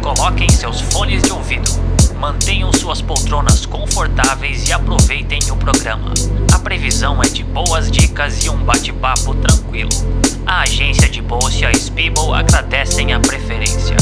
coloquem seus fones de ouvido. Mantenham suas poltronas confortáveis e aproveitem o programa. A previsão é de boas dicas e um bate-papo tranquilo. A agência de bolsa e a Speeble agradecem a preferência.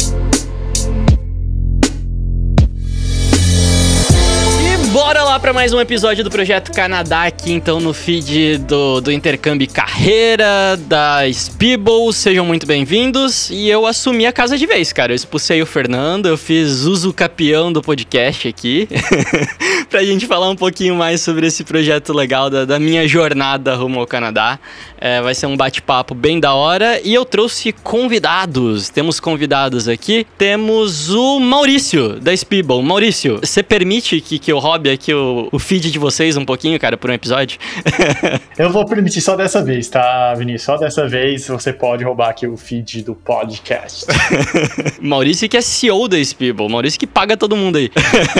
Bora lá para mais um episódio do Projeto Canadá aqui então no feed do Intercâmbio Carreira, da Speeble. Sejam muito bem-vindos. E eu assumi a casa de vez, cara. Eu expulsei o Fernando, eu fiz uso capião do podcast aqui pra gente falar um pouquinho mais sobre esse projeto legal da minha jornada rumo ao Canadá. Vai ser um bate-papo bem da hora e eu trouxe convidados. Temos convidados aqui. Temos o Maurício, da Speeble. Maurício, você permite que eu roube aqui o feed de vocês um pouquinho, cara, por um episódio? Eu vou permitir só dessa vez, tá, Vinícius? Só dessa vez você pode roubar aqui o feed do podcast. Maurício que é CEO da Speeble. Maurício que paga todo mundo aí.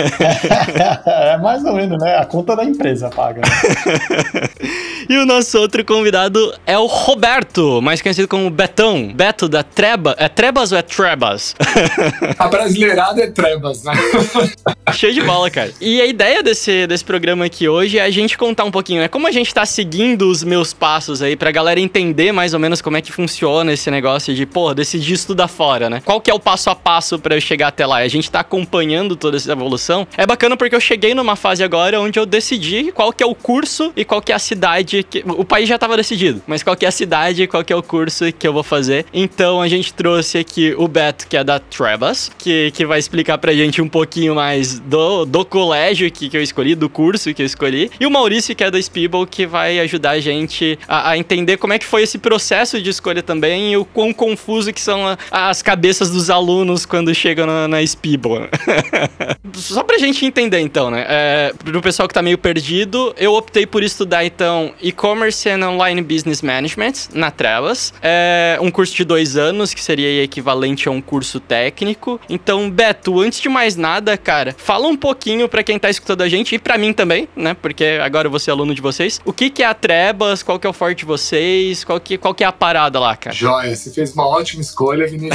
É mais ou menos, né? A conta da empresa paga. Né? E o nosso outro convidado é o Roberto, mais conhecido como Betão. Beto da Treba. É Trebas ou é Trebas? A brasileirada é Trebas, né? Show de bola, cara. E a ideia desse programa aqui hoje é a gente contar um pouquinho, né? Como a gente tá seguindo os meus passos aí pra galera entender mais ou menos como é que funciona esse negócio de, decidir estudar fora, né? Qual que é o passo a passo pra eu chegar até lá? E a gente tá acompanhando toda essa evolução. É bacana porque eu cheguei numa fase agora onde eu decidi qual que é o curso e qual que é a cidade. O país já tava decidido, mas qual que é a cidade e qual que é o curso que eu vou fazer. Então a gente trouxe aqui o Beto, que é da Trebas, que vai explicar pra gente um pouquinho mais do colégio que eu escolhi, do curso que eu escolhi. E o Maurício, que é da Speeble, que vai ajudar a gente a entender como é que foi esse processo de escolha também e o quão confuso que são as cabeças dos alunos quando chegam na Speeble. Só pra gente entender, então, né? Pro pessoal que tá meio perdido, eu optei por estudar, então, E-Commerce and Online Business Management na Trebas. É um curso de 2 anos, que seria equivalente a um curso técnico. Então, Beto, antes de mais nada, cara, fala um pouquinho pra quem tá escutando a gente e pra mim também, né? Porque agora eu vou ser aluno de vocês. O que é a Trebas? Qual que é o forte de vocês? Qual que é a parada lá, cara? Joia, você fez uma ótima escolha, Vinícius.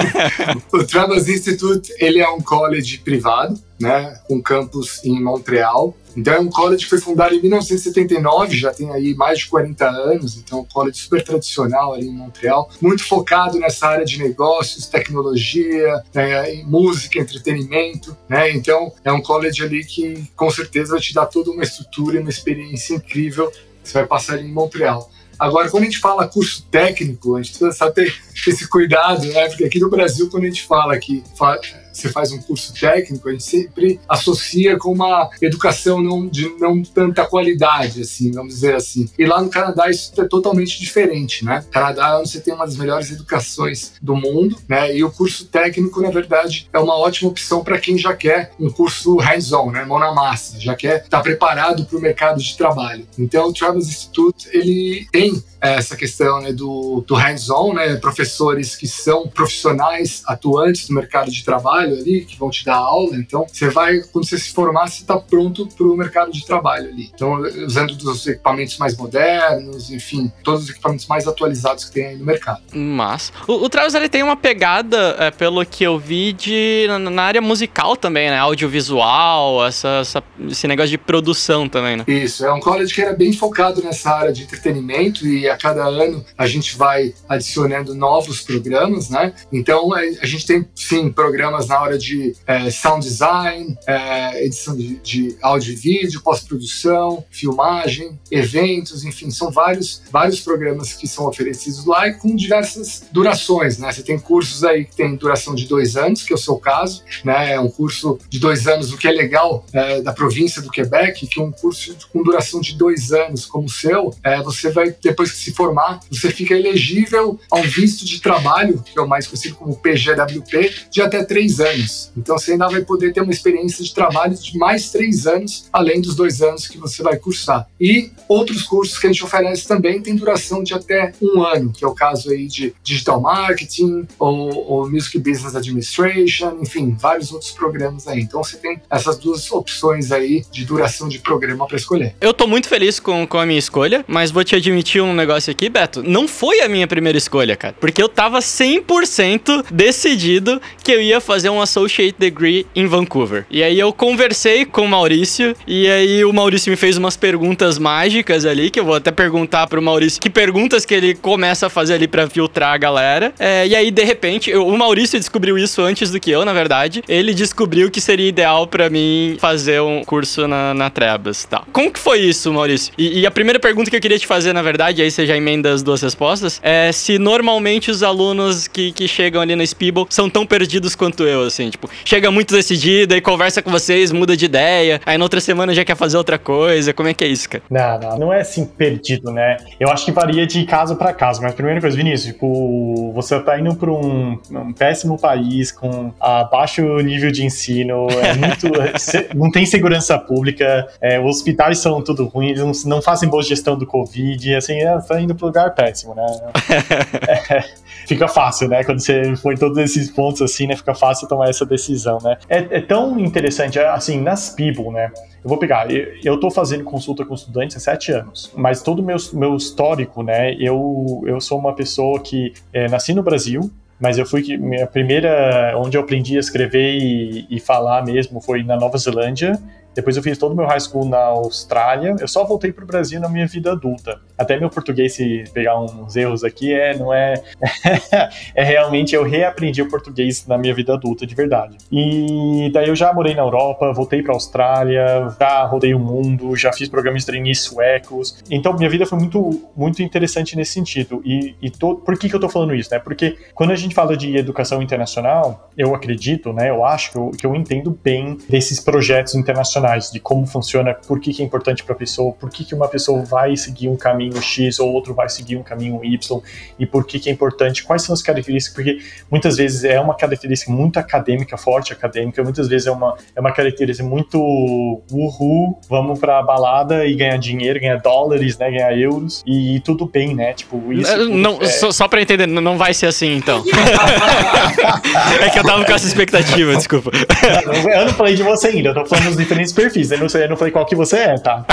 O Trebas Institute, ele é um college privado, né? Com campus em Montreal. Então é um college que foi fundado em 1979, já tem aí mais de 40 anos, então é um college super tradicional ali em Montreal, muito focado nessa área de negócios, tecnologia, né, música, entretenimento, né? Então é um college ali que com certeza vai te dar toda uma estrutura e uma experiência incrível que você vai passar ali em Montreal. Agora, quando a gente fala curso técnico, a gente precisa ter esse cuidado, né? Porque aqui no Brasil, quando a gente fala que você faz um curso técnico, a gente sempre associa com uma educação de não tanta qualidade, assim, vamos dizer assim. E lá no Canadá isso é totalmente diferente, né? No Canadá você tem uma das melhores educações do mundo, né? E o curso técnico, na verdade, é uma ótima opção para quem já quer um curso hands-on, né? Mão na massa, já quer estar preparado para o mercado de trabalho. Então, o Trebas Institute, ele tem essa questão, né, do hands-on, né? Professores que são profissionais atuantes no mercado de trabalho ali, que vão te dar aula. Então, quando você se formar, você está pronto para o mercado de trabalho ali. Então, usando dos equipamentos mais modernos, enfim, todos os equipamentos mais atualizados que tem aí no mercado. Mas o Trebas, ele tem uma pegada, pelo que eu vi, na área musical também, né? Audiovisual, esse negócio de produção também, né? Isso, é um college que era bem focado nessa área de entretenimento e a cada ano a gente vai adicionando novos programas, né? Então, a gente tem, sim, programas na hora de sound design, edição de áudio e vídeo, pós-produção, filmagem, eventos, enfim, são vários programas que são oferecidos lá e com diversas durações, né? Você tem cursos aí que tem duração de 2 anos, que é o seu caso, né? É um curso de 2 anos, o que é legal da província do Quebec, que é um curso com duração de 2 anos como o seu, você vai, depois que se formar, você fica elegível a um visto de trabalho, que é o mais conhecido como PGWP, de até 3 anos. anos. Então você ainda vai poder ter uma experiência de trabalho de mais 3 anos, além dos 2 anos que você vai cursar. E outros cursos que a gente oferece também têm duração de até 1 ano, que é o caso aí de Digital Marketing, ou Music Business Administration, enfim, vários outros programas aí. Então você tem essas duas opções aí de duração de programa para escolher. Eu tô muito feliz com a minha escolha, mas vou te admitir um negócio aqui, Beto. Não foi a minha primeira escolha, cara. Porque eu tava 100% decidido que eu ia fazer um Associate Degree em Vancouver. E aí eu conversei com o Maurício, e aí o Maurício me fez umas perguntas mágicas ali, que eu vou até perguntar pro Maurício que perguntas que ele começa a fazer ali pra filtrar a galera. E aí, de repente, o Maurício descobriu isso antes do que eu, na verdade. Ele descobriu que seria ideal pra mim fazer um curso na Trebas e tal. Como que foi isso, Maurício? E a primeira pergunta que eu queria te fazer, na verdade, aí você já emenda as duas respostas, é se normalmente os alunos que chegam ali na Spiebel são tão perdidos quanto eu, assim, tipo, chega muito decidido, aí conversa com vocês, muda de ideia, aí na outra semana já quer fazer outra coisa. Como é que é isso, cara? Não é assim perdido, né? Eu acho que varia de caso pra caso, mas primeira coisa, Vinícius, tipo, você tá indo pra um péssimo país com baixo nível de ensino, não tem segurança pública, os hospitais são tudo ruins, não fazem boa gestão do Covid, assim, tá indo pro lugar péssimo, né? Fica fácil, né? Quando você foi todos esses pontos assim, né? Fica fácil tomar essa decisão, né? É tão interessante, assim, na Spiebel, né? Eu vou pegar, eu tô fazendo consulta com estudantes há 7 anos, mas todo o meu histórico, né? Eu sou uma pessoa que nasci no Brasil, mas minha primeira, onde eu aprendi a escrever e falar mesmo, foi na Nova Zelândia. Depois eu fiz todo o meu high school na Austrália. Eu só voltei pro Brasil na minha vida adulta. Até meu português, se pegar uns erros aqui, não é realmente, eu reaprendi o português na minha vida adulta, de verdade. E daí eu já morei na Europa, voltei pra Austrália, já rodei o mundo, já fiz programas de trainee suecos. Então minha vida foi muito, muito interessante nesse sentido. Por que eu tô falando isso, né? Porque quando a gente fala de educação internacional, eu acredito, né? Eu acho que eu entendo bem desses projetos internacionais, de como funciona, por que é importante para a pessoa, por que uma pessoa vai seguir um caminho X ou outro vai seguir um caminho Y, e por que é importante, quais são as características, porque muitas vezes é uma característica muito acadêmica, forte acadêmica, muitas vezes é uma característica muito vamos pra balada e ganhar dinheiro, ganhar dólares, né, ganhar euros, e tudo bem, né, tipo, isso... Não, só pra entender, não vai ser assim, então. É que eu tava com essa expectativa, desculpa. Eu não falei de você ainda, eu tô falando dos diferentes perfis, eu não falei qual que você é, tá?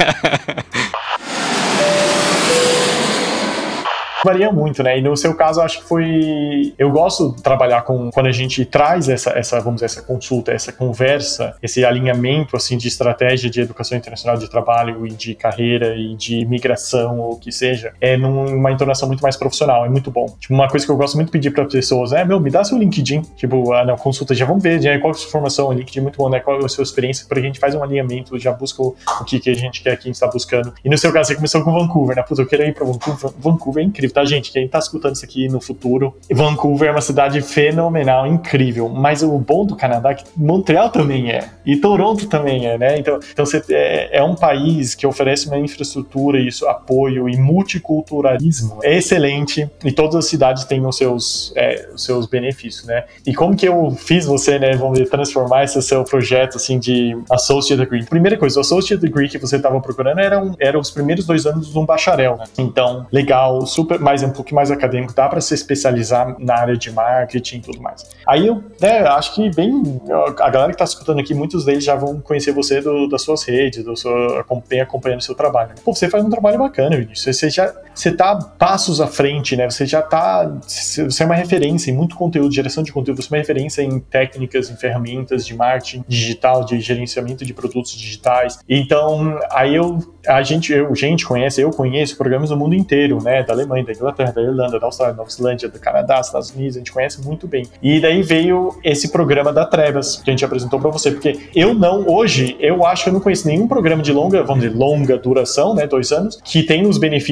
Varia muito, né? E no seu caso, acho que foi... Eu gosto de trabalhar quando a gente traz essa, vamos dizer, essa consulta, essa conversa, esse alinhamento, assim, de estratégia de educação internacional de trabalho e de carreira e de imigração, ou o que seja, numa entonação muito mais profissional, é muito bom. Tipo, uma coisa que eu gosto muito de pedir para pessoas me dá seu LinkedIn, tipo, na consulta, já vamos ver, qual é a sua formação, o LinkedIn é muito bom, né? Qual é a sua experiência, porque a gente faz um alinhamento, já busca o que a gente quer, que a gente está buscando. E no seu caso, você começou com Vancouver, né? Putz, eu quero ir para Vancouver. Vancouver é incrível, tá, gente? Quem tá escutando isso aqui no futuro, Vancouver é uma cidade fenomenal, incrível, mas o bom do Canadá é que Montreal também e Toronto também né? Então você é um país que oferece uma infraestrutura e apoio e multiculturalismo excelente, e todas as cidades têm os seus benefícios, né? E como que eu fiz você, né, vamos dizer, transformar esse seu projeto, assim, de Associate Degree? Primeira coisa, o Associate Degree que você estava procurando eram os primeiros 2 anos de um bacharel, né? Então, legal, super, um pouquinho mais acadêmico, dá para se especializar na área de marketing e tudo mais. Aí eu acho que a galera que tá escutando aqui, muitos deles já vão conhecer você das suas redes, vem acompanhando o seu trabalho. Pô, você faz um trabalho bacana, Vinícius. Você tá passos à frente, né? Você é uma referência em muito conteúdo, geração de conteúdo, você é uma referência em técnicas, em ferramentas de marketing digital, de gerenciamento de produtos digitais. Então, aí eu conheço programas do mundo inteiro, né? Da Alemanha, da Inglaterra, da Irlanda, da Austrália, da Nova Zelândia, do Canadá, dos Estados Unidos, a gente conhece muito bem. E daí veio esse programa da Trebas, que a gente apresentou pra você, porque hoje, eu acho que eu não conheço nenhum programa de longa duração, né, 2 anos, que tem os benefícios e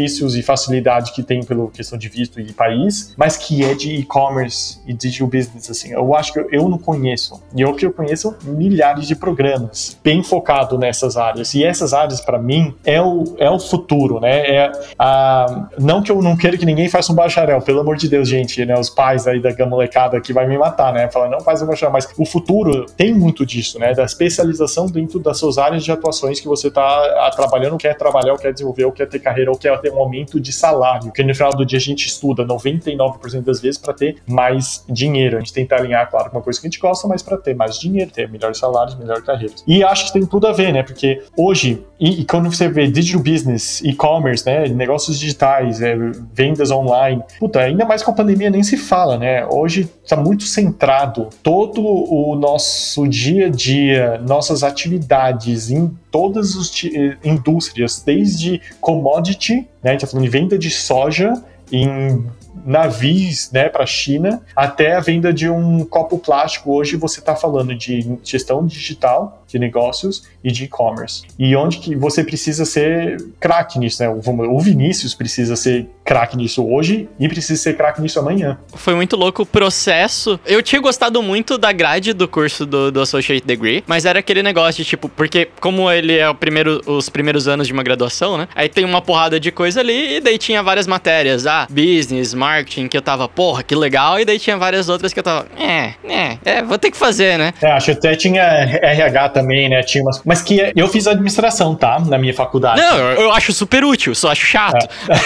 facilidade que tem pela questão de visto e país, mas que é de e-commerce e digital business, assim. Eu acho que eu não conheço. E eu conheço milhares de programas bem focado nessas áreas. E essas áreas, para mim, é o futuro, né? Não que eu não queira que ninguém faça um bacharel, pelo amor de Deus, gente, né? Os pais aí da molecada que vai me matar, né? Falam, não faz um bacharel, mas o futuro tem muito disso, né? Da especialização dentro das suas áreas de atuações que você tá trabalhando, quer trabalhar, ou quer desenvolver, ou quer ter carreira, ou quer ter um aumento de salário. Porque no final do dia a gente estuda 99% das vezes para ter mais dinheiro. A gente tenta alinhar, claro, com uma coisa que a gente gosta, mas para ter mais dinheiro, ter melhores salários, melhores carreiras. E acho que tem tudo a ver, né? Porque hoje, e quando você vê digital business, e-commerce, né? Negócios digitais, vendas online, ainda mais com a pandemia nem se fala, né? Hoje está muito centrado todo o nosso dia a dia, nossas atividades em todas as indústrias, desde commodity, né? A gente tá falando de venda de soja em navios, né, para a China, até a venda de um copo plástico. Hoje você está falando de gestão digital de negócios e de e-commerce. E onde que você precisa ser craque nisso, né? O Vinícius precisa ser craque nisso hoje e precisa ser craque nisso amanhã. Foi muito louco o processo. Eu tinha gostado muito da grade do curso do Associate Degree, mas era aquele negócio de tipo, porque como ele é os primeiros anos de uma graduação, né? Aí tem uma porrada de coisa ali e daí tinha várias matérias. Business, marketing, que eu tava, porra, que legal. E daí tinha várias outras que eu tava, vou ter que fazer, né? Acho que até tinha RH também, né? Tinha umas... Mas que eu fiz administração, tá? Na minha faculdade. Não, eu acho super útil, só acho chato.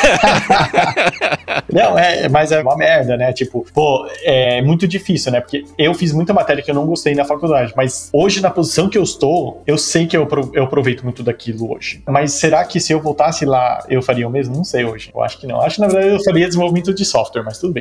Não, mas é uma merda, né? Tipo, é muito difícil, né? Porque eu fiz muita matéria que eu não gostei na faculdade, mas hoje, na posição que eu estou, eu sei que eu aproveito muito daquilo hoje. Mas será que se eu voltasse lá, eu faria o mesmo? Não sei hoje. Eu acho que não. Acho que, na verdade, eu faria desenvolvimento de software, mas tudo bem.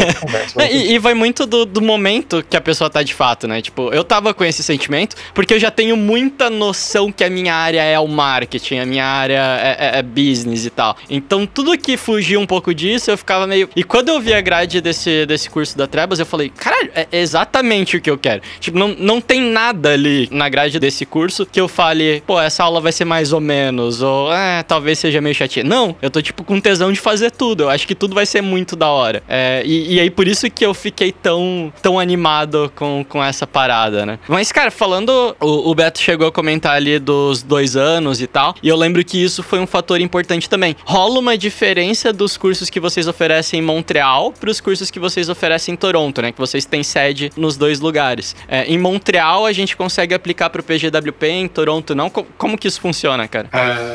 E vai muito do momento que a pessoa tá de fato, né? Tipo, eu tava com esse sentimento, porque eu já tenho muita noção que a minha área é o marketing, a minha área é business e tal. Então, tudo que fugia um pouco disso, eu ficava meio... E quando eu vi a grade desse curso da Trebas, eu falei, caralho, é exatamente o que eu quero. Tipo, não tem nada ali na grade desse curso que eu fale, essa aula vai ser mais ou menos, ou talvez seja meio chatinha. Não, eu tô, tipo, com tesão de fazer tudo. Eu acho que tudo vai ser muito da hora. E aí, por isso que eu fiquei tão animado com essa parada, né? Mas, cara, falando... O Beto chegou a comentar ali dos 2 anos e tal, e eu lembro que isso foi um fator importante também. Rola uma diferença dos cursos que vocês oferecem em Montreal pros cursos que vocês oferecem em Toronto, né? Que vocês têm sede nos 2 lugares. Em Montreal, a gente consegue aplicar pro PGWP, em Toronto não? Como que isso funciona, cara?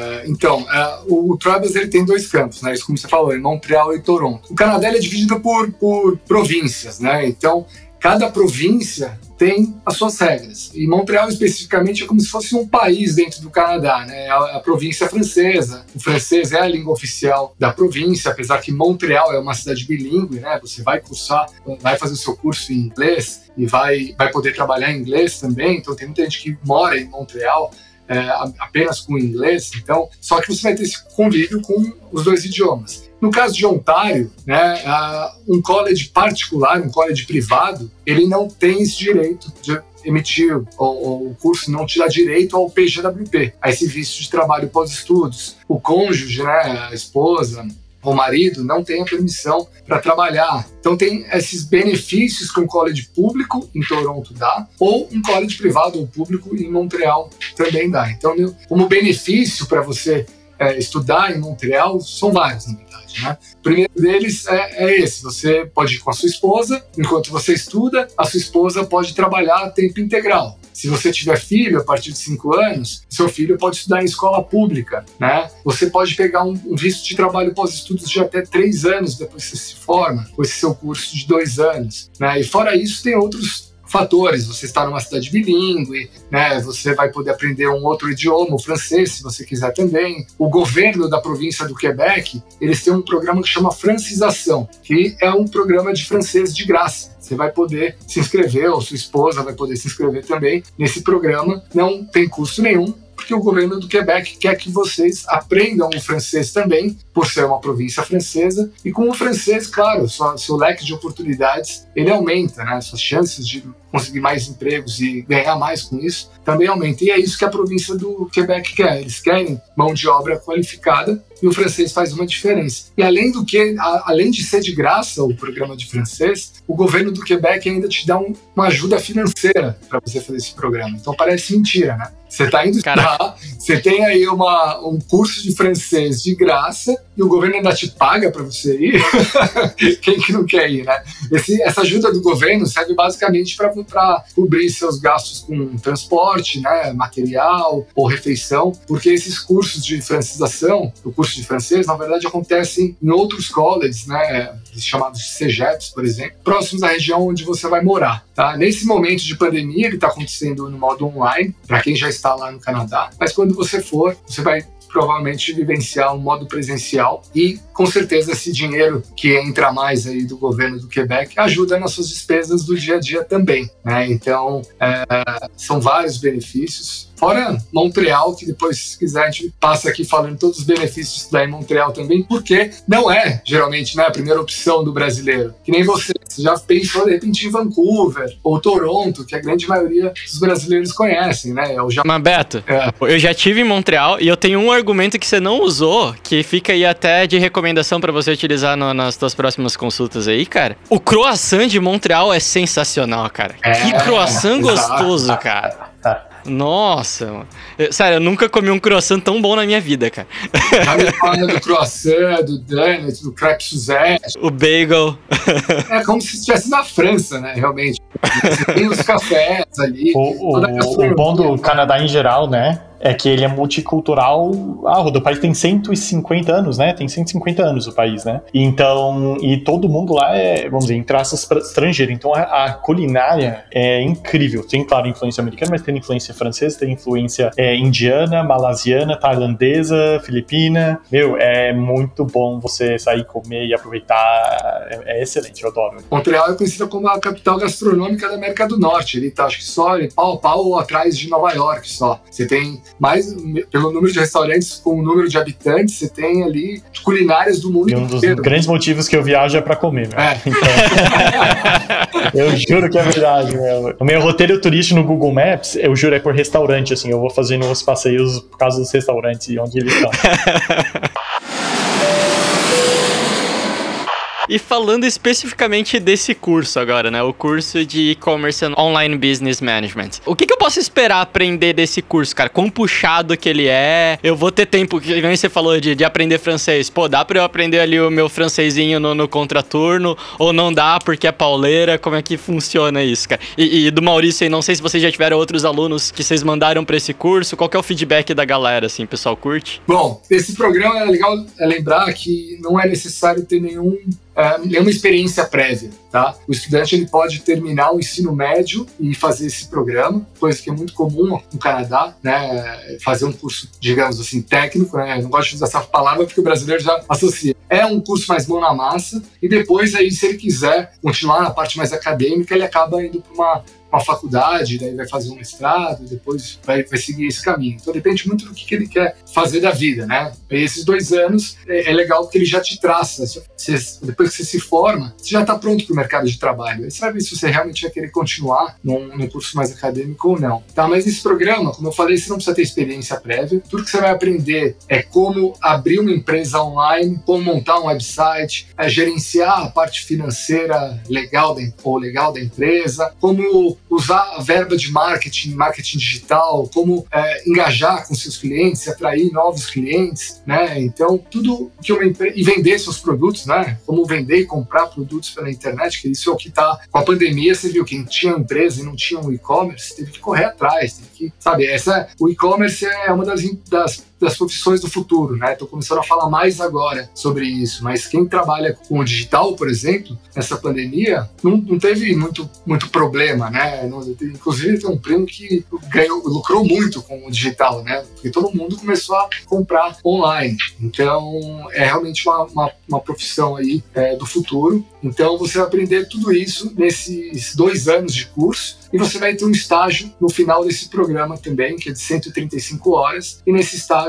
O Trebas, ele tem 2 campos, né? Isso como você falou, em Montreal e Toronto. O Canadá, ele é dividido por províncias, né? Então, cada província tem as suas regras. E Montreal, especificamente, é como se fosse um país dentro do Canadá, né? A província francesa. O francês é a língua oficial da província, apesar que Montreal é uma cidade bilíngue, né? Você vai fazer o seu curso em inglês e vai poder trabalhar em inglês também. Então, tem muita gente que mora em Montreal apenas com inglês. Então, só que você vai ter esse convívio com os 2 idiomas. No caso de Ontário, né, um college particular, um college privado, ele não tem esse direito de emitir, o curso não te dá direito ao PGWP, a esse visto de trabalho pós-estudos. O cônjuge, né, a esposa, o marido não tem a permissão para trabalhar. Então tem esses benefícios que um college público em Toronto dá, ou um college privado ou público em Montreal também dá. Então, como benefício para você estudar em Montreal, são vários, na verdade, né? O primeiro deles é esse: você pode ir com a sua esposa, enquanto você estuda, a sua esposa pode trabalhar a tempo integral. Se você tiver filho a partir de 5 anos, seu filho pode estudar em escola pública, né? Você pode pegar um visto de trabalho pós-estudos de até 3 anos depois que você se forma, com esse seu curso de 2 anos, né? E fora isso, tem outros fatores. Você está numa cidade bilíngue, né? Você vai poder aprender um outro idioma, o francês, se você quiser também. O governo da província do Quebec, eles têm um programa que chama Francização, que é um programa de francês de graça. Você vai poder se inscrever, ou sua esposa vai poder se inscrever também nesse programa. Não tem custo nenhum, porque o governo do Quebec quer que vocês aprendam o francês também, por ser uma província francesa. E com o francês, claro, seu leque de oportunidades, ele aumenta, né? Suas chances de conseguir mais empregos e ganhar mais com isso, também aumenta. E é isso que a província do Quebec quer. Eles querem mão de obra qualificada e o francês faz uma diferença. E além de ser de graça o programa de francês, o governo do Quebec ainda te dá uma ajuda financeira para você fazer esse programa. Então parece mentira, né? Você está indo estudar, você tem aí um curso de francês de graça e o governo ainda te paga para você ir. Quem que não quer ir, né? Essa ajuda do governo serve basicamente para cobrir seus gastos com transporte, né, material ou refeição, porque esses cursos de francização, o curso de francês, na verdade, acontecem em outros colleges, né, chamados de CEGEPs, por exemplo, próximos à região onde você vai morar. Tá? Nesse momento de pandemia, ele está acontecendo no modo online, para quem já está lá no Canadá, mas quando você for, você vai provavelmente vivenciar um modo presencial e com certeza esse dinheiro que entra mais aí do governo do Quebec ajuda nas suas despesas do dia a dia também, né? Então são vários benefícios. Fora Montreal, que depois, se quiser, a gente passa aqui falando todos os benefícios de estudar em Montreal também, porque não é, geralmente, né, a primeira opção do brasileiro. Que nem você já pensou, de repente, em Vancouver ou Toronto, que a grande maioria dos brasileiros conhecem, né? Mas, Beto, eu já estive em Montreal e eu tenho um argumento que você não usou, que fica aí até de recomendação pra você utilizar nas suas próximas consultas aí, cara. O croissant de Montreal é sensacional, cara. Que croissant gostoso, cara. Nossa, mano. Sério, eu nunca comi um croissant tão bom na minha vida, cara. Já me fala do croissant, do donut, do crepe Suzette. O bagel. É como se estivesse na França, né, realmente. Você tem os cafés ali. O bom do Canadá em geral, né, é que ele é multicultural. O país tem 150 anos, né? Tem 150 anos o país, né? Então, e todo mundo lá é, vamos dizer, em traças estrangeira. Então a culinária é incrível. Tem, claro, influência americana, mas tem influência francesa, tem influência indiana, malasiana, tailandesa, filipina. Meu, é muito bom você sair, comer e aproveitar. É excelente, eu adoro. Montreal é conhecida como a capital gastronômica da América do Norte. Ele tá, acho que só pau a pau atrás de Nova York só. Você tem mais, pelo número de restaurantes com o número de habitantes, você tem ali culinárias do mundo inteiro. Um dos grandes motivos que eu viajo é pra comer, meu. Então, eu juro que é verdade, meu. O meu roteiro turístico no Google Maps, eu juro, é por restaurante, assim. Eu vou fazendo os passeios por causa dos restaurantes e onde eles estão. E falando especificamente desse curso agora, né? O curso de E-Commerce and Online Business Management. O que eu posso esperar aprender desse curso, cara? Quão puxado que ele é? Eu vou ter tempo, que nem você falou, de aprender francês. Pô, dá pra eu aprender ali o meu francesinho no contraturno? Ou não dá porque é pauleira? Como é que funciona isso, cara? E do Maurício aí, não sei se vocês já tiveram outros alunos que vocês mandaram pra esse curso. Qual que é o feedback da galera, assim? O pessoal curte? Bom, esse programa é legal lembrar que não é necessário ter nenhuma experiência prévia, tá? O estudante ele pode terminar o ensino médio e fazer esse programa, coisa que é muito comum no Canadá, né? Fazer um curso, digamos assim, técnico, né? Eu não gosto de usar essa palavra porque o brasileiro já associa. É um curso mais mão na massa e depois aí, se ele quiser continuar na parte mais acadêmica, ele acaba indo para uma faculdade, daí vai fazer um mestrado, depois vai seguir esse caminho. Então depende muito do que ele quer fazer da vida, né? E esses 2 anos é legal porque ele já te traça. Depois que você se forma, você já está pronto para o mercado de trabalho. Aí você vai ver se você realmente vai querer continuar num curso mais acadêmico ou não. Tá? Mas esse programa, como eu falei, você não precisa ter experiência prévia. Tudo que você vai aprender é como abrir uma empresa online, como montar um website, gerenciar a parte financeira legal da empresa, como usar a verba de marketing digital, como engajar com seus clientes, atrair novos clientes, né? Então, tudo que uma empresa... E vender seus produtos, né? Como vender e comprar produtos pela internet, que isso é o que tá... Com a pandemia, você viu, quem tinha empresa e não tinha um e-commerce, teve que correr atrás, teve que... Sabe, o e-commerce é uma das profissões do futuro, né? Estou começando a falar mais agora sobre isso, mas quem trabalha com o digital, por exemplo, nessa pandemia, não teve muito problema, né? Inclusive, tem um primo que lucrou muito com o digital, né? Porque todo mundo começou a comprar online. Então, é realmente uma profissão aí do futuro. Então, você vai aprender tudo isso nesses 2 anos de curso e você vai ter um estágio no final desse programa também, que é de 135 horas, e nesse estágio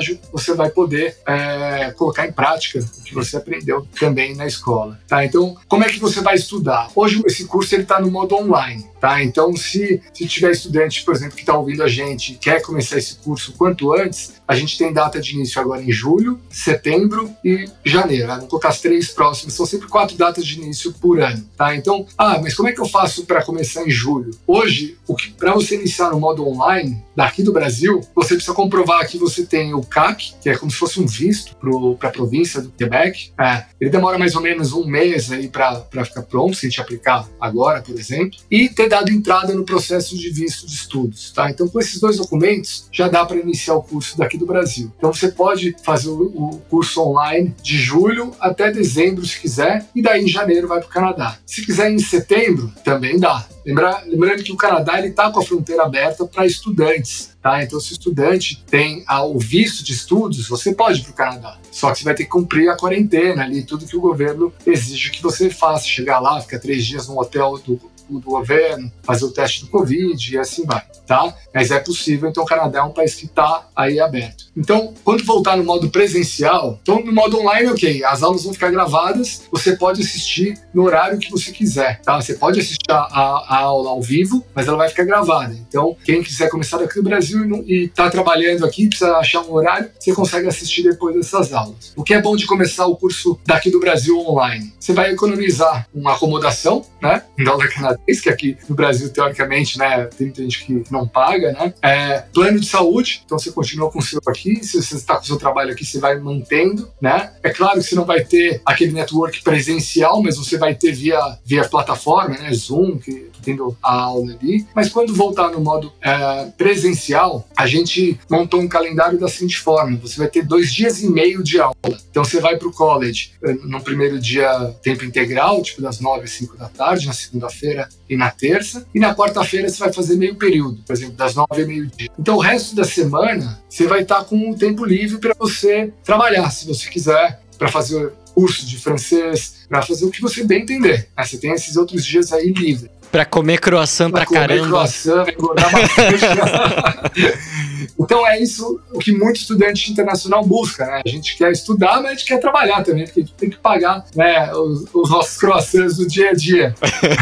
estágio, você vai poder colocar em prática o que você aprendeu também na escola, tá? Então, como é que você vai estudar? Hoje, esse curso está no modo online, tá? Então, se tiver estudante, por exemplo, que está ouvindo a gente e quer começar esse curso quanto antes, a gente tem data de início agora em julho, setembro e janeiro. Vamos colocar as 3 próximas, são sempre 4 datas de início por ano, tá? Então, mas como é que eu faço para começar em julho? Hoje, para você iniciar no modo online, daqui do Brasil, você precisa comprovar que você tem o CAC, que é como se fosse um visto para a província do Quebec. Ele demora mais ou menos um mês aí para ficar pronto, se a gente aplicar agora, por exemplo, e ter dado entrada no processo de visto de estudos, tá? Então, com esses 2 documentos, já dá para iniciar o curso daqui do Brasil. Então, você pode fazer o curso online de julho até dezembro, se quiser, e daí em janeiro vai para o Canadá. Se quiser em setembro, também dá. Lembrando que o Canadá está com a fronteira aberta para estudantes, tá? Então, se o estudante tem o visto de estudos, você pode ir para o Canadá. Só que você vai ter que cumprir a quarentena ali, tudo que o governo exige que você faça. Chegar lá, ficar 3 dias no hotel do governo, fazer o teste do Covid e assim vai, tá? Mas é possível, então o Canadá é um país que está aí aberto. Então, quando voltar no modo presencial, então no modo online, ok, as aulas vão ficar gravadas, você pode assistir no horário que você quiser, tá? Você pode assistir a aula ao vivo, mas ela vai ficar gravada. Então, quem quiser começar daqui do Brasil e tá trabalhando aqui, precisa achar um horário, você consegue assistir depois dessas aulas. O que é bom de começar o curso daqui do Brasil online? Você vai economizar uma acomodação, né? Em dólar canadense, que aqui no Brasil, teoricamente, né, tem muita gente que não paga, né? Plano de saúde, então você continua com o seu aqui, se você está com o seu trabalho aqui, você vai mantendo, né? É claro que você não vai ter aquele network presencial, mas você vai ter via plataforma, né? Zoom, que tendo a aula ali, mas quando voltar no modo presencial, a gente montou um calendário da seguinte forma: você vai ter 2 dias e meio de aula. Então você vai para o college no primeiro dia tempo integral, tipo das 9 às 5 da tarde, na segunda-feira e na terça, e na quarta-feira você vai fazer meio período, por exemplo, das 9 ao meio-dia. Então o resto da semana você vai estar com o tempo livre para você trabalhar, se você quiser, para fazer curso de francês, para fazer o que você bem entender. Você tem esses outros dias aí livre. Pra comer croissant pra caramba. Comer croissant, engordar bastante. Então é isso o que muito estudante internacional busca, né? A gente quer estudar, mas a gente quer trabalhar também, porque a gente tem que pagar, né, os nossos croissants do dia a dia.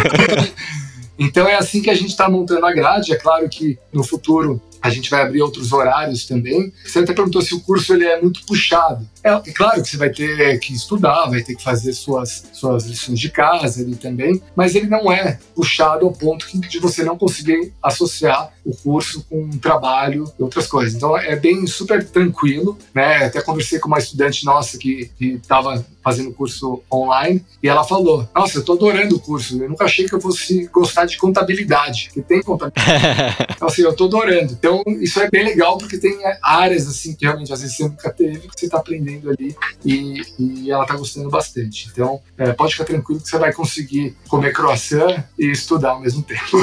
Então é assim que a gente está montando a grade. É claro que no futuro a gente vai abrir outros horários também. Você até perguntou se o curso ele é muito puxado. É claro que você vai ter que estudar, vai ter que fazer suas lições de casa ali também, mas ele não é puxado ao ponto de você não conseguir associar o curso com um trabalho e outras coisas. Então é bem super tranquilo, né? Até conversei com uma estudante nossa que estava fazendo curso online e ela falou: nossa, eu tô adorando o curso, eu nunca achei que eu fosse gostar de contabilidade, que tem contabilidade. Então assim, eu tô adorando. Então isso é bem legal, porque tem áreas assim que realmente às vezes você nunca teve, que você tá aprendendo ali e ela tá gostando bastante. Então pode ficar tranquilo que você vai conseguir comer croissant e estudar ao mesmo tempo.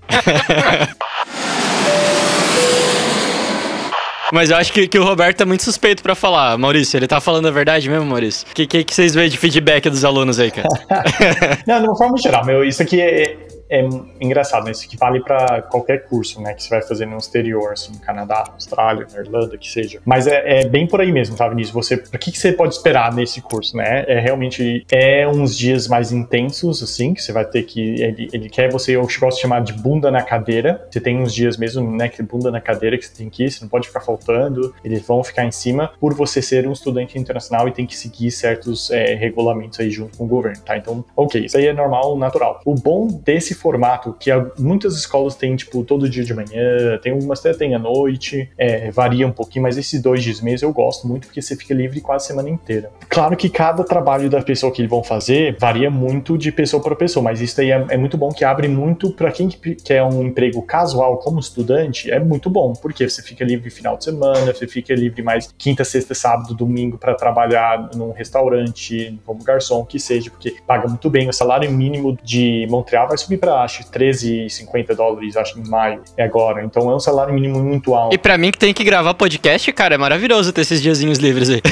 Mas eu acho que o Roberto é muito suspeito pra falar. Maurício, ele tá falando a verdade mesmo, Maurício? O que vocês veem de feedback dos alunos aí, cara? Não, de uma forma geral, isso aqui é engraçado, né? Isso aqui vale para qualquer curso, né? Que você vai fazer no exterior, assim, no Canadá, Austrália, na Irlanda, que seja. Mas é bem por aí mesmo, tá, Vinícius? O que você pode esperar nesse curso, né? Realmente uns dias mais intensos, assim, que você vai ter que... Ele quer você, eu gosto de chamar de bunda na cadeira. Você tem uns dias mesmo, né? Que bunda na cadeira que você tem que ir, você não pode ficar faltando. Eles vão ficar em cima por você ser um estudante internacional e tem que seguir certos regulamentos aí junto com o governo, tá? Então, ok, isso aí é normal, natural. O bom desse formato, que muitas escolas têm, tipo, todo dia de manhã, tem umas até tem à noite, varia um pouquinho, mas esses 2 dias mesmo eu gosto muito, porque você fica livre quase a semana inteira. Claro que cada trabalho da pessoa que eles vão fazer varia muito de pessoa para pessoa, mas isso aí é muito bom, que abre muito para quem quer um emprego casual como estudante, é muito bom, porque você fica livre final de semana, você fica livre mais quinta, sexta, sábado, domingo para trabalhar num restaurante, como garçom, que seja, porque paga muito bem. O salário mínimo de Montreal vai subir para para, acho, $13,50, acho, em maio, agora. Então é um salário mínimo muito alto. E pra mim que tem que gravar podcast, cara, é maravilhoso ter esses diazinhos livres aí.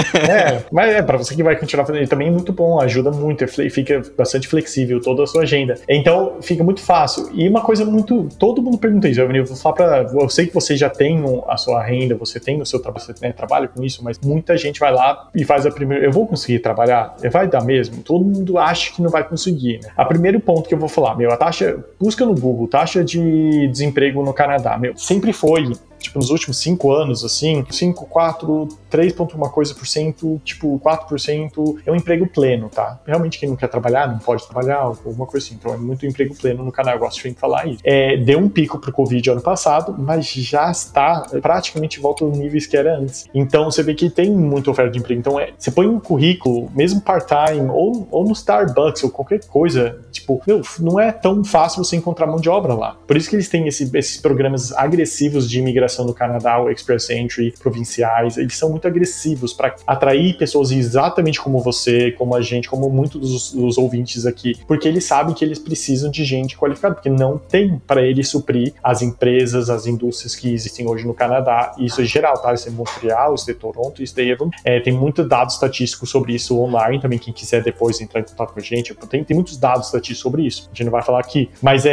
Mas pra você que vai continuar fazendo, também é muito bom, ajuda muito, fica bastante flexível toda a sua agenda. Então fica muito fácil. E uma coisa muito, todo mundo pergunta isso, eu vou falar eu sei que você já tem a sua renda, você tem o seu trabalho, você trabalha com isso, mas muita gente vai lá e faz a primeira, eu vou conseguir trabalhar? Vai dar mesmo? Todo mundo acha que não vai conseguir, né? A primeiro ponto que eu vou falar, a taxa, busca no Google, taxa de desemprego no Canadá, sempre foi, tipo, nos últimos 5 anos, assim, 5, 4, 3 ponto uma coisa por cento, tipo, 4% é um emprego pleno, tá? Realmente quem não quer trabalhar, não pode trabalhar, alguma coisa assim. Então é muito emprego pleno no Canadá, eu gosto de falar isso. Deu um pico pro Covid ano passado, mas já está praticamente volta aos níveis que era antes. Então você vê que tem muita oferta de emprego. Então você põe um currículo, mesmo part-time, ou no Starbucks, ou qualquer coisa, tipo, não é tão fácil você encontrar mão de obra lá. Por isso que eles têm esses programas agressivos de imigração no Canadá, o Express Entry, provinciais, eles são muito agressivos para atrair pessoas exatamente como você, como a gente, como muitos dos ouvintes aqui, porque eles sabem que eles precisam de gente qualificada, porque não tem para eles suprir as empresas, as indústrias que existem hoje no Canadá. Isso é geral, tá? Isso é Montreal, isso é Toronto, isso daí tem muitos dados estatísticos sobre isso online, também quem quiser depois entrar em contato com a gente, tem muitos dados estatísticos sobre isso, a gente não vai falar aqui, mas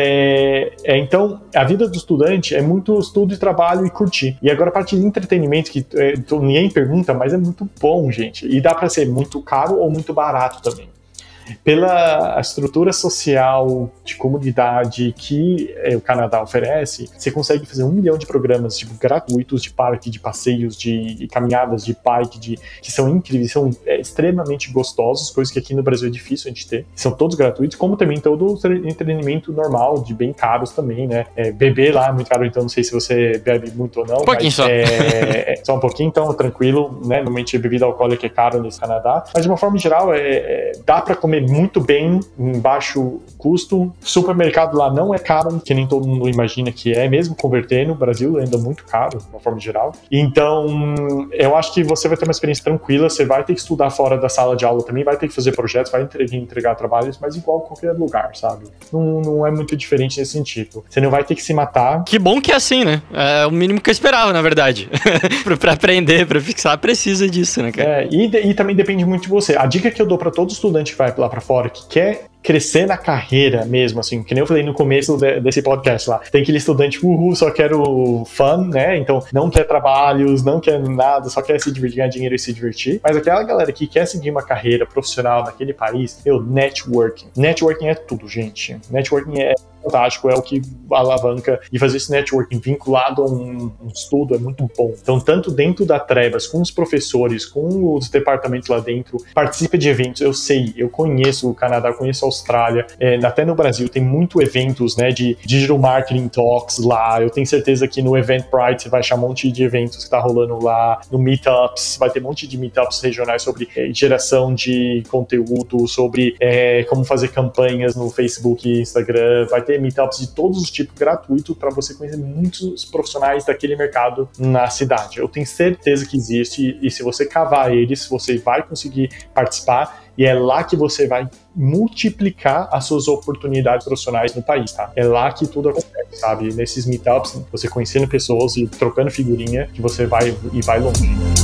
então, a vida do estudante é muito estudo e trabalho e curtir. E agora a parte de entretenimento, que ninguém pergunta, mas é muito bom, gente, e dá para ser muito caro ou muito barato também. Pela estrutura social de comunidade que o Canadá oferece, você consegue fazer 1 milhão de programas gratuitos de parque, de passeios, de caminhadas, de bike, que são incríveis, são extremamente gostosos, coisas que aqui no Brasil é difícil a gente ter. São todos gratuitos, como também todo o entretenimento normal, de bem caros também, né? Beber lá é muito caro, então não sei se você bebe muito ou não. Um pouquinho só. Só um pouquinho, então tranquilo, né? Normalmente bebida alcoólica é caro nesse Canadá, mas de uma forma geral, dá pra comer muito bem, em baixo custo. Supermercado lá não é caro, que nem todo mundo imagina que é, mesmo convertendo, o Brasil ainda é muito caro, de uma forma geral. Então, eu acho que você vai ter uma experiência tranquila, você vai ter que estudar fora da sala de aula também, vai ter que fazer projetos, vai entregar trabalhos, mas igual qualquer lugar, sabe? Não é muito diferente nesse sentido. Você não vai ter que se matar. Que bom que é assim, né? É o mínimo que eu esperava, na verdade. Pra aprender, pra fixar, precisa disso, né, cara? E também depende muito de você. A dica que eu dou pra todo estudante que vai lá pra fora, que quer crescer na carreira mesmo, assim, que nem eu falei no começo desse podcast lá, tem aquele estudante, só quero fun, né, então não quer trabalhos, não quer nada, só quer se divertir, ganhar dinheiro e se divertir, mas aquela galera que quer seguir uma carreira profissional naquele país, networking é tudo, gente, networking é fantástico, é o que alavanca, e fazer esse networking vinculado a um estudo é muito bom. Então, tanto dentro da Trevas, com os professores, com os departamentos lá dentro, participa de eventos, eu conheço o Canadá, conheço a Austrália, até no Brasil tem muito eventos, né, de Digital Marketing Talks lá, eu tenho certeza que no Eventbrite você vai achar um monte de eventos que tá rolando lá, no Meetups, vai ter um monte de Meetups regionais sobre geração de conteúdo, sobre como fazer campanhas no Facebook e Instagram, vai ter meetups de todos os tipos gratuitos para você conhecer muitos profissionais daquele mercado na cidade. Eu tenho certeza que existe, e se você cavar eles, você vai conseguir participar, e é lá que você vai multiplicar as suas oportunidades profissionais no país, tá? É lá que tudo acontece, sabe? Nesses meetups, você conhecendo pessoas e trocando figurinha, que você vai longe.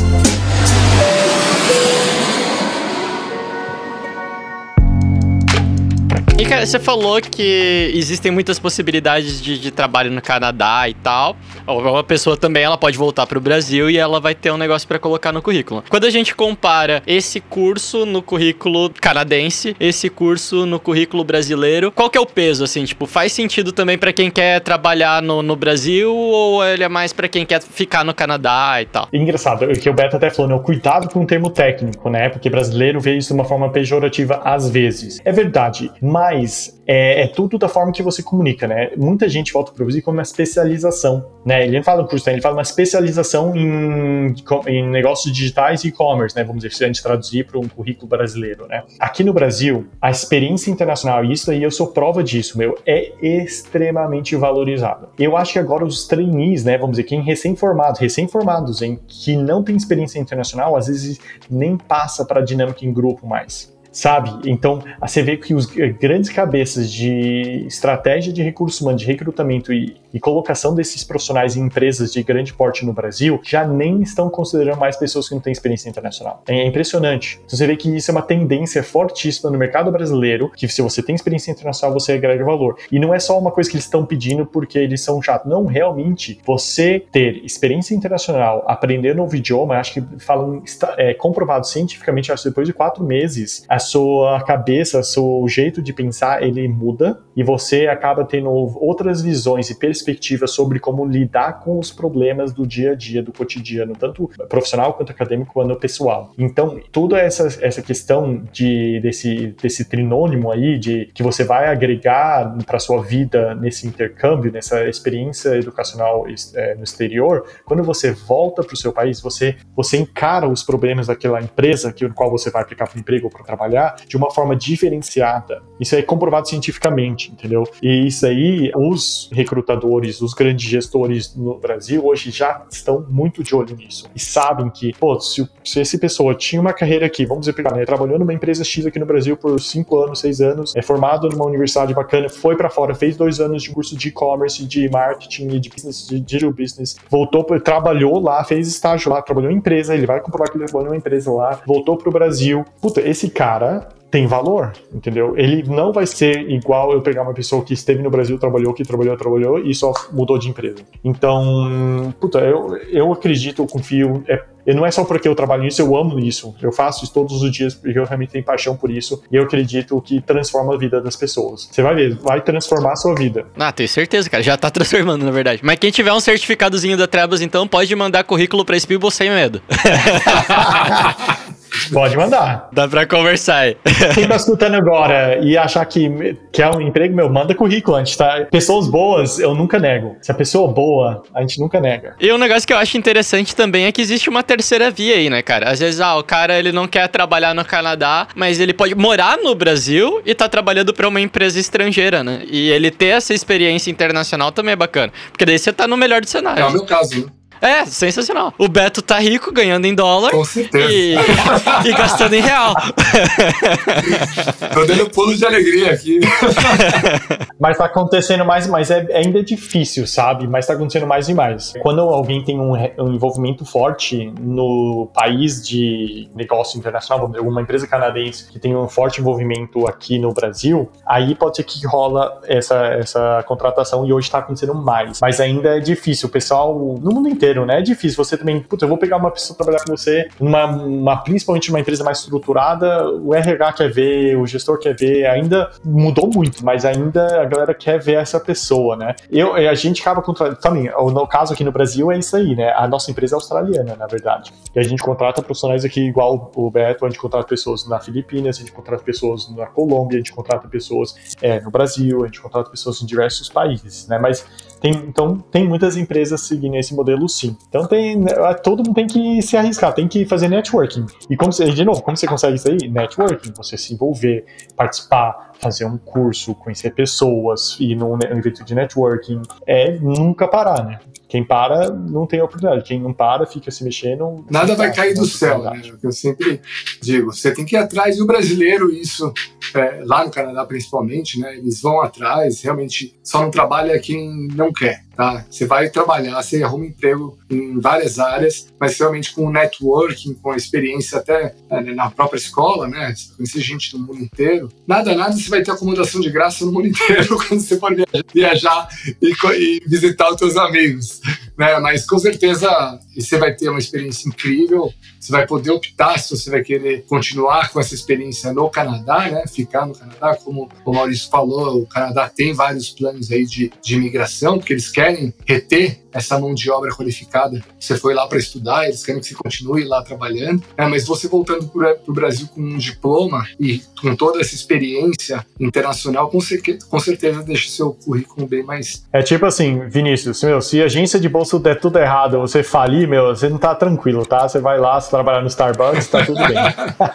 E, cara, você falou que existem muitas possibilidades de trabalho no Canadá e tal. Ou a pessoa também, ela pode voltar pro Brasil e ela vai ter um negócio pra colocar no currículo. Quando a gente compara esse curso no currículo canadense, esse curso no currículo brasileiro, qual que é o peso, assim? Tipo, faz sentido também pra quem quer trabalhar no Brasil, ou ele é mais pra quem quer ficar no Canadá e tal? Engraçado, o que o Beto até falou, né? O cuidado com o termo técnico, né? Porque brasileiro vê isso de uma forma pejorativa às vezes. É verdade, mas é tudo da forma que você comunica, né? Muita gente volta para o Brasil como uma especialização, né? Ele não fala no curso, né? Ele fala uma especialização em negócios digitais e e-commerce, né? Vamos dizer, se a gente traduzir para um currículo brasileiro, né? Aqui no Brasil, a experiência internacional, e isso aí eu sou prova disso, é extremamente valorizado. Eu acho que agora os trainees, né? Vamos dizer, quem recém-formados, que não tem experiência internacional, às vezes nem passa para a dinâmica em grupo mais. sabe? Então, você vê que os grandes cabeças de estratégia de recursos humanos, de recrutamento e colocação desses profissionais em empresas de grande porte no Brasil já nem estão considerando mais pessoas que não têm experiência internacional. É impressionante. Então, você vê que isso é uma tendência fortíssima no mercado brasileiro, que se você tem experiência internacional, você agrega valor. E não é só uma coisa que eles estão pedindo porque eles são chatos. Não, realmente, você ter experiência internacional, aprender novo idioma, acho que falam, comprovado cientificamente, acho que depois de 4 meses, a sua cabeça, o seu jeito de pensar, ele muda e você acaba tendo outras visões e perspectivas sobre como lidar com os problemas do dia a dia, do cotidiano, tanto profissional quanto acadêmico quanto pessoal. Então, toda essa questão desse trinônimo aí, de que você vai agregar para sua vida nesse intercâmbio, nessa experiência educacional no exterior, quando você volta para o seu país, você encara os problemas daquela empresa no qual você vai aplicar para emprego ou para trabalhar de uma forma diferenciada. Isso é comprovado cientificamente, entendeu? E isso aí, os recrutadores, os grandes gestores no Brasil hoje já estão muito de olho nisso e sabem que, se essa pessoa tinha uma carreira aqui, vamos dizer, né, trabalhou numa empresa X aqui no Brasil por 5 anos, 6 anos, é formado numa universidade bacana, foi pra fora, fez 2 anos de curso de e-commerce, de marketing e de business, de digital business, voltou, trabalhou lá, fez estágio lá, trabalhou em empresa, ele vai comprovar que ele trabalhou numa empresa lá, voltou pro Brasil. Esse cara tem valor, entendeu? Ele não vai ser igual eu pegar uma pessoa que esteve no Brasil, trabalhou e só mudou de empresa. Então, eu acredito, eu confio, não é só porque eu trabalho nisso, eu amo isso, eu faço isso todos os dias porque eu realmente tenho paixão por isso e eu acredito que transforma a vida das pessoas. Você vai ver, vai transformar a sua vida. Tenho certeza, cara, já tá transformando, na verdade. Mas quem tiver um certificadozinho da Trebas, então, pode mandar currículo pra Spielbo sem medo. Pode mandar. Dá pra conversar aí. Quem tá escutando agora e achar que é um emprego, manda currículo antes, tá? Pessoas boas, eu nunca nego. Se a pessoa é boa, a gente nunca nega. E um negócio que eu acho interessante também é que existe uma terceira via aí, né, cara? Às vezes, o cara, ele não quer trabalhar no Canadá, mas ele pode morar no Brasil e tá trabalhando pra uma empresa estrangeira, né? E ele ter essa experiência internacional também é bacana. Porque daí você tá no melhor do cenário. É o meu caso, né? É, sensacional. O Beto tá rico, ganhando em dólar. Com certeza. E gastando em real. Tô dando pulo de alegria aqui. Mas tá acontecendo mais e mais. Ainda é difícil, sabe? Mas tá acontecendo mais e mais. Quando alguém tem um envolvimento forte no país de negócio internacional, vamos dizer, uma empresa canadense que tem um forte envolvimento aqui no Brasil, aí pode ser que rola essa contratação e hoje tá acontecendo mais. Mas ainda é difícil. O pessoal, no mundo inteiro, né? É difícil. Você também, eu vou pegar uma pessoa pra trabalhar com você, principalmente numa empresa mais estruturada, o RH quer ver, o gestor quer ver, ainda mudou muito, mas ainda a galera quer ver essa pessoa, né? A gente acaba contratando, também, no caso aqui no Brasil é isso aí, né? A nossa empresa é australiana, na verdade. E a gente contrata profissionais aqui, igual o Beto, a gente contrata pessoas na Filipinas, a gente contrata pessoas na Colômbia, a gente contrata pessoas no Brasil, a gente contrata pessoas em diversos países, né? Mas tem muitas empresas seguindo esse modelo, sim. Então todo mundo tem que se arriscar, tem que fazer networking. E como você consegue isso aí? Networking, você se envolver, participar, fazer um curso, conhecer pessoas, ir num evento de networking, nunca parar, né? Quem para não tem oportunidade, quem não para fica se mexendo. Nada vai cair do céu, né? É o que eu sempre digo, você tem que ir atrás, e o brasileiro, isso, lá no Canadá principalmente, né? Eles vão atrás, realmente só não trabalha quem não quer, tá? Você vai trabalhar, você arruma emprego em várias áreas, mas realmente com o networking, com a experiência até na própria escola, né? Você conhecer gente do mundo inteiro. Nada, você vai ter acomodação de graça no mundo inteiro quando você for viajar e visitar os seus amigos, né? Mas com certeza você vai ter uma experiência incrível, você vai poder optar se você vai querer continuar com essa experiência no Canadá, né? Ficar no Canadá, como o Maurício falou, o Canadá tem vários planos aí de imigração, porque eles querem reter essa mão de obra qualificada. Você foi lá para estudar, eles querem que você continue lá trabalhando, mas você voltando para o Brasil com um diploma e com toda essa experiência internacional, com certeza deixa o seu currículo bem mais... É tipo assim, Vinícius, se a agência de bolsa negócio der tudo errado, você falir, meu, você não tá tranquilo, tá? Você vai lá, você trabalhar no Starbucks, tá tudo bem.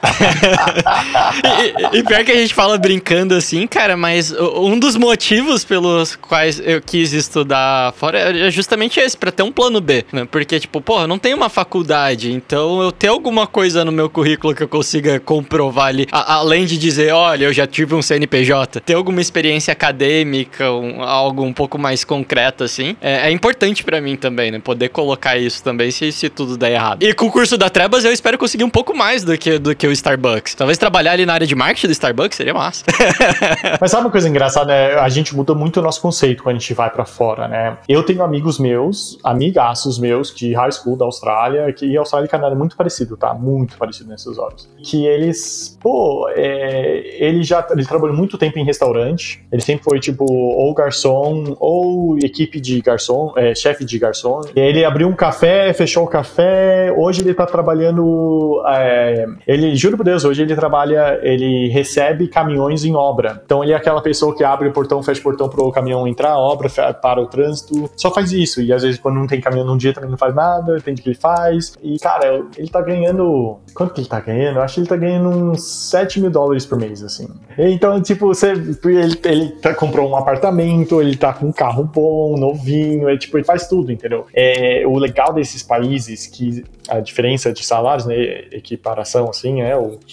e pior que a gente fala brincando assim, cara, mas um dos motivos pelos quais eu quis estudar fora é justamente esse, pra ter um plano B, né? Porque, tipo, eu não tenho uma faculdade, então eu ter alguma coisa no meu currículo que eu consiga comprovar ali, além de dizer, olha, eu já tive um CNPJ, ter alguma experiência acadêmica, algo um pouco mais concreto, assim, é importante pra mim também, né? Poder colocar isso também se tudo der errado. E com o curso da Trebas eu espero conseguir um pouco mais do que o Starbucks. Talvez trabalhar ali na área de marketing do Starbucks seria massa. Mas sabe uma coisa engraçada, né? A gente muda muito o nosso conceito quando a gente vai pra fora, né? Eu tenho amigos meus, amigaços meus de high school da Austrália, que Austrália e Canadá é muito parecido, tá? Muito parecido nesses olhos. Que eles, ele trabalhou muito tempo em restaurante, ele sempre foi, tipo, ou garçom, ou equipe de garçom, chefe de garçom. E ele abriu um café, fechou o café, hoje ele tá trabalhando, juro por Deus, hoje ele recebe caminhões em obra. Então ele é aquela pessoa que abre o portão, fecha o portão pro caminhão entrar, obra, para o trânsito, só faz isso. E às vezes quando não tem caminhão num dia também não faz nada, depende do que ele faz. E cara, ele tá ganhando, quanto que ele tá ganhando? Eu acho que ele tá ganhando uns $7,000 por mês, assim. Então, tipo, ele comprou um apartamento, ele tá com um carro bom, novinho, ele faz tudo, entendeu? O legal desses países, que a diferença de salários, né, equiparação, assim,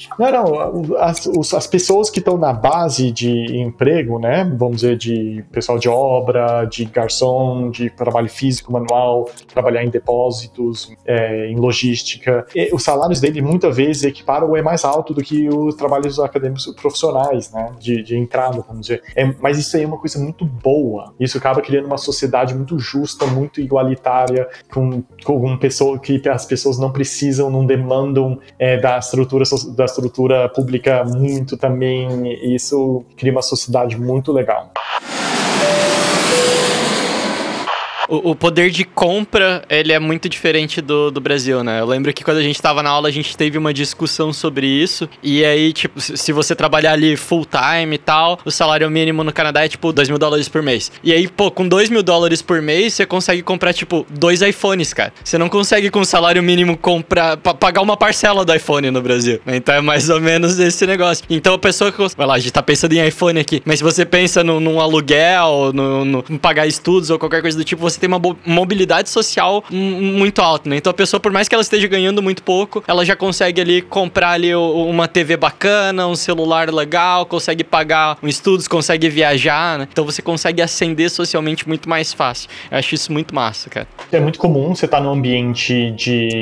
as pessoas que estão na base de emprego, né, vamos dizer, de pessoal de obra, de garçom, de trabalho físico, manual, trabalhar em depósitos, em logística, os salários dele muitas vezes equiparam ou é mais alto do que os trabalhos acadêmicos profissionais, né, de entrada, vamos dizer. Mas isso aí é uma coisa muito boa. Isso acaba criando uma sociedade muito justa, muito igualitária, com pessoa que as pessoas não precisam, não demandam da estrutura pública muito também. E isso cria uma sociedade muito legal. O poder de compra, ele é muito diferente do Brasil, né? Eu lembro que quando a gente tava na aula, a gente teve uma discussão sobre isso. E aí, tipo, se você trabalhar ali full time e tal, o salário mínimo no Canadá é, tipo, $2,000 por mês. E aí, com $2,000 por mês, você consegue comprar, tipo, 2 iPhones, cara. Você não consegue, com o salário mínimo, pagar uma parcela do iPhone no Brasil. Então, é mais ou menos esse negócio. Então, a pessoa que... Vai lá, a gente tá pensando em iPhone aqui. Mas se você pensa num aluguel, no pagar estudos ou qualquer coisa do tipo, você tem uma mobilidade social muito alta, né? Então a pessoa, por mais que ela esteja ganhando muito pouco, ela já consegue ali comprar ali uma TV bacana, um celular legal, consegue pagar estudos, consegue viajar, né? Então você consegue ascender socialmente muito mais fácil. Eu acho isso muito massa, cara. É muito comum você estar num ambiente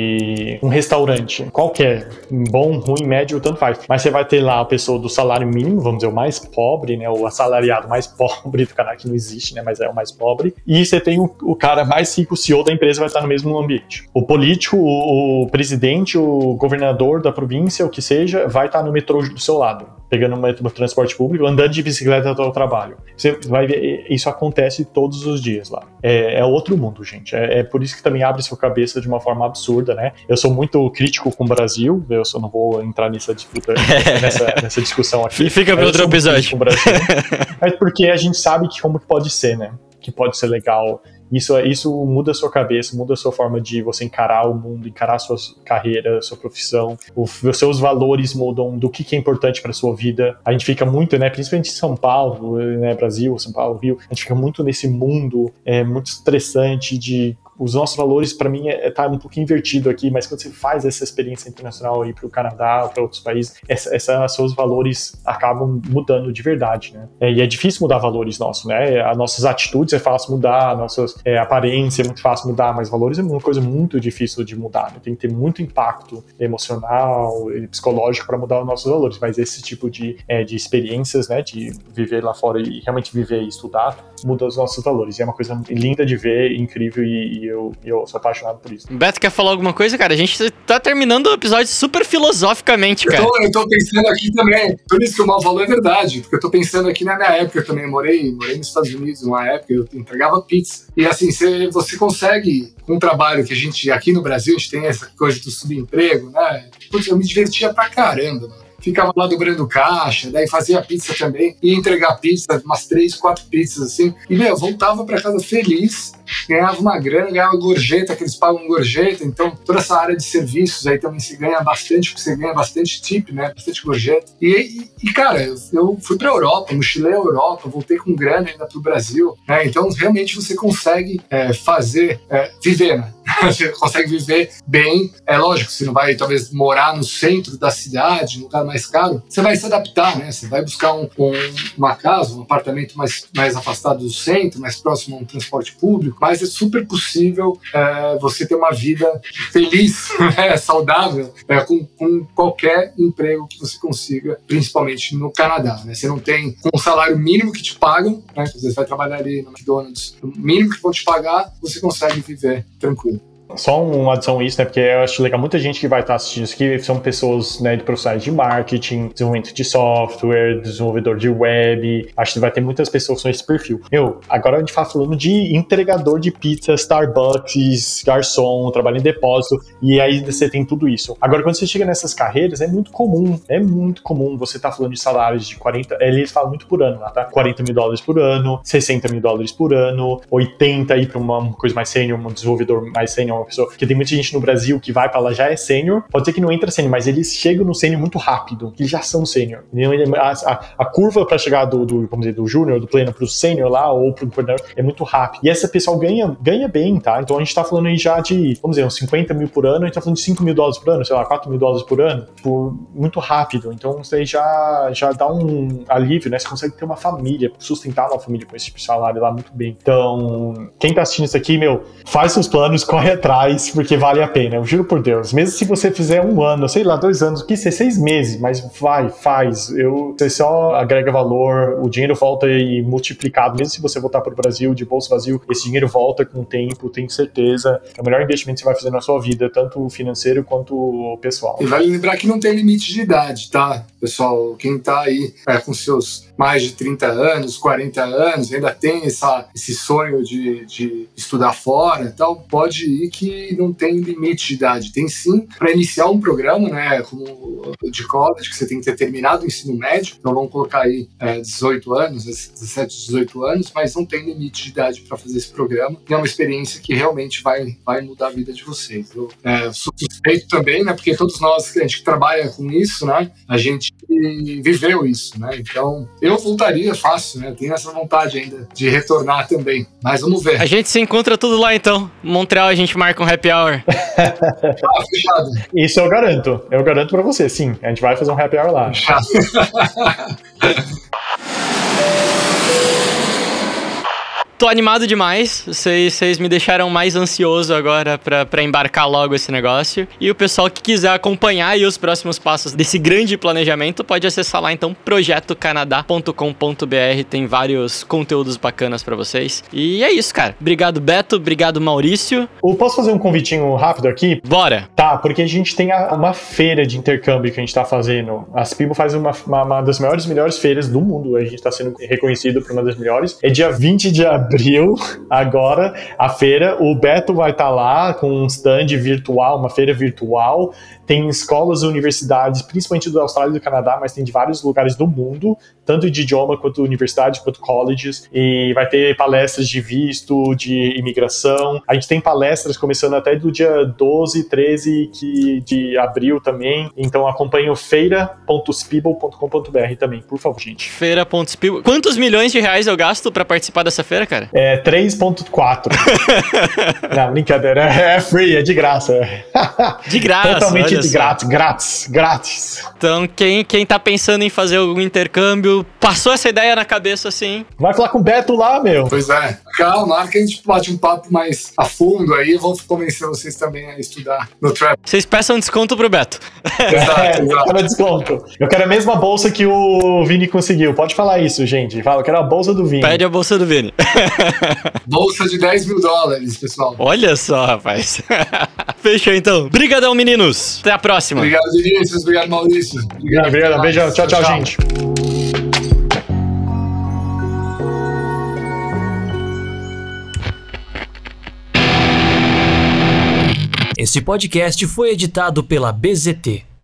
de um restaurante, qualquer, bom, ruim, médio, tanto faz. Mas você vai ter lá a pessoa do salário mínimo, vamos dizer, o mais pobre, né? O assalariado mais pobre do Canadá, que não existe, né? Mas é o mais pobre. E você tem o cara mais rico, o CEO da empresa, vai estar no mesmo ambiente. O político, o presidente, o governador da província, o que seja, vai estar no metrô do seu lado, pegando um transporte público, andando de bicicleta até o trabalho. Você vai ver, isso acontece todos os dias lá. É outro mundo, gente. É por isso que também abre sua cabeça de uma forma absurda, né? Eu sou muito crítico com o Brasil, eu só não vou entrar nessa disputa, nessa discussão aqui. Fica para outro episódio. Com o Brasil, mas porque a gente sabe como que pode ser, né? Que pode ser legal. Isso muda a sua cabeça, muda a sua forma de você encarar o mundo, encarar a sua carreira, a sua profissão. Os seus valores mudam do que é importante para a sua vida. A gente fica muito, né, principalmente em São Paulo, né, Brasil, São Paulo, Rio, a gente fica muito nesse mundo muito estressante de... Os nossos valores, para mim, tá um pouquinho invertido aqui, mas quando você faz essa experiência internacional aí para o Canadá, para outros países, seus valores acabam mudando de verdade, né? E é difícil mudar valores nossos, né? As nossas atitudes é fácil mudar, a nossa aparência é muito fácil mudar, mas valores é uma coisa muito difícil de mudar, né? Tem que ter muito impacto emocional e psicológico para mudar os nossos valores, mas esse tipo de experiências, né, de viver lá fora e realmente viver e estudar, muda os nossos valores. E é uma coisa linda de ver, incrível, e eu sou apaixonado por isso. Beto, quer falar alguma coisa, cara? A gente tá terminando o episódio super filosoficamente, cara. Eu tô pensando aqui também, por isso que o Mal falou é verdade, porque eu tô pensando aqui na minha época também, eu morei nos Estados Unidos uma época, eu entregava pizza. E assim, você consegue, com um trabalho que a gente, aqui no Brasil, a gente tem essa coisa do subemprego, né? Putz, eu me divertia pra caramba, mano. Ficava lá dobrando caixa, daí fazia pizza também, ia entregar pizza, umas 3, 4 pizzas assim, e voltava pra casa feliz, ganhava uma grana, ganhava gorjeta, que eles pagam gorjeta, então toda essa área de serviços aí também se ganha bastante, porque você ganha bastante tip, né, bastante gorjeta. E cara, eu fui pra Europa, mochilei a Europa, voltei com grana ainda pro Brasil, né, então realmente você consegue viver, né? Você consegue viver bem. É lógico, você não vai talvez morar no centro da cidade, num lugar mais caro, você vai se adaptar, né? Você vai buscar uma casa, um apartamento mais afastado do centro, mais próximo a um transporte público, mas é super possível você ter uma vida feliz, né? Saudável, com qualquer emprego que você consiga, principalmente no Canadá, né? Você não tem um salário mínimo que te pagam, né? Às vezes vai trabalhar ali no McDonald's, o mínimo que vão te pagar, você consegue viver tranquilo. Só uma adição a isso, né? Porque eu acho legal, muita gente que vai estar assistindo isso aqui são pessoas, né, de profissionais de marketing, desenvolvimento de software, desenvolvedor de web. Acho que vai ter muitas pessoas com esse perfil. Agora a gente fala falando de entregador de pizza, Starbucks, garçom, trabalho em depósito, e aí você tem tudo isso. Agora, quando você chega nessas carreiras, é muito comum você tá falando de salários de 40, eles falam muito por ano lá, tá? $40 mil por ano, $60 mil por ano, 80 aí pra uma coisa mais sênior, um desenvolvedor mais sênior, uma pessoa, porque tem muita gente no Brasil que vai pra lá, já é sênior, pode ser que não entra sênior, mas eles chegam no sênior muito rápido, eles já são sênior. A curva pra chegar do júnior, do pleno pro sênior lá, ou pro coordenador, é muito rápido. E essa pessoa ganha bem, tá? Então a gente tá falando aí já de, vamos dizer, uns 50 mil por ano, a gente tá falando de $5 mil por ano, sei lá, $4 mil por ano, muito rápido. Então isso aí já dá um alívio, né? Você consegue ter uma família, sustentar uma família com esse tipo de salário lá muito bem. Então, quem tá assistindo isso aqui, faz seus planos, corre atrás, porque vale a pena, eu juro por Deus. Mesmo se você fizer 1 ano, sei lá, 2 anos, o que ser 6 meses, mas faz. Você só agrega valor, o dinheiro volta e multiplicado. Mesmo se você voltar para o Brasil de bolso vazio, esse dinheiro volta com o tempo, tenho certeza. É o melhor investimento que você vai fazer na sua vida, tanto financeiro quanto pessoal. E vale lembrar que não tem limite de idade, tá? Pessoal, quem tá aí com seus mais de 30 anos, 40 anos, ainda tem esse sonho de estudar fora e tal, pode ir que não tem limite de idade. Tem sim, para iniciar um programa, né, como de college, que você tem que ter terminado o ensino médio, então vamos colocar aí 18 anos, 17, 18 anos, mas não tem limite de idade para fazer esse programa, e é uma experiência que realmente vai mudar a vida de vocês. Eu sou suspeito também, né, porque todos nós, a gente que trabalha com isso, né, a gente viveu isso, né, então eu voltaria fácil, né, tenho essa vontade ainda de retornar também, mas vamos ver. A gente se encontra tudo lá então, Montreal, a gente marca um happy hour. Fechado. Isso eu garanto pra você, sim, a gente vai fazer um happy hour lá. Fechado. Tô animado demais, vocês me deixaram mais ansioso agora pra embarcar logo esse negócio. E o pessoal que quiser acompanhar aí os próximos passos desse grande planejamento, pode acessar lá então, projetocanadá.com.br, tem vários conteúdos bacanas pra vocês. E é isso, cara. Obrigado, Beto, obrigado, Maurício. Posso fazer um convitinho rápido aqui? Bora! Tá, porque a gente tem uma feira de intercâmbio que a gente tá fazendo. A Spibo faz uma das melhores feiras do mundo, a gente tá sendo reconhecido por uma das melhores. É dia 20 de abril, agora, a feira. O Beto vai estar lá com um stand virtual, uma feira virtual. Tem escolas e universidades, principalmente da Austrália e do Canadá, mas tem de vários lugares do mundo, tanto de idioma quanto universidades, quanto colleges. E vai ter palestras de visto, de imigração. A gente tem palestras começando até do dia 12, 13 de abril também. Então acompanhe o feira.spibo.com.br também, por favor, gente. Feira.spibo. Quantos milhões de reais eu gasto pra participar dessa feira, cara? 3.4. Não, brincadeira. É free, é de graça. De graça. Totalmente de grátis. Então, quem tá pensando em fazer algum intercâmbio, passou essa ideia na cabeça assim. Vai falar com o Beto lá, meu. Pois é. Calma, que a gente bate um papo mais a fundo aí. Eu vou convencer vocês também a estudar no Trap. Vocês peçam desconto pro Beto. Exato. Eu quero desconto. Eu quero a mesma bolsa que o Vini conseguiu. Pode falar isso, gente. Fala, eu quero a bolsa do Vini. Pede a bolsa do Vini. Bolsa de $10 mil, pessoal. Olha só, rapaz. Fechou, então. Obrigadão, meninos. Até a próxima. Obrigado, Vinícius. Obrigado, Maurício. Obrigado. Beijão. Tchau, gente. Este podcast foi editado pela BZT.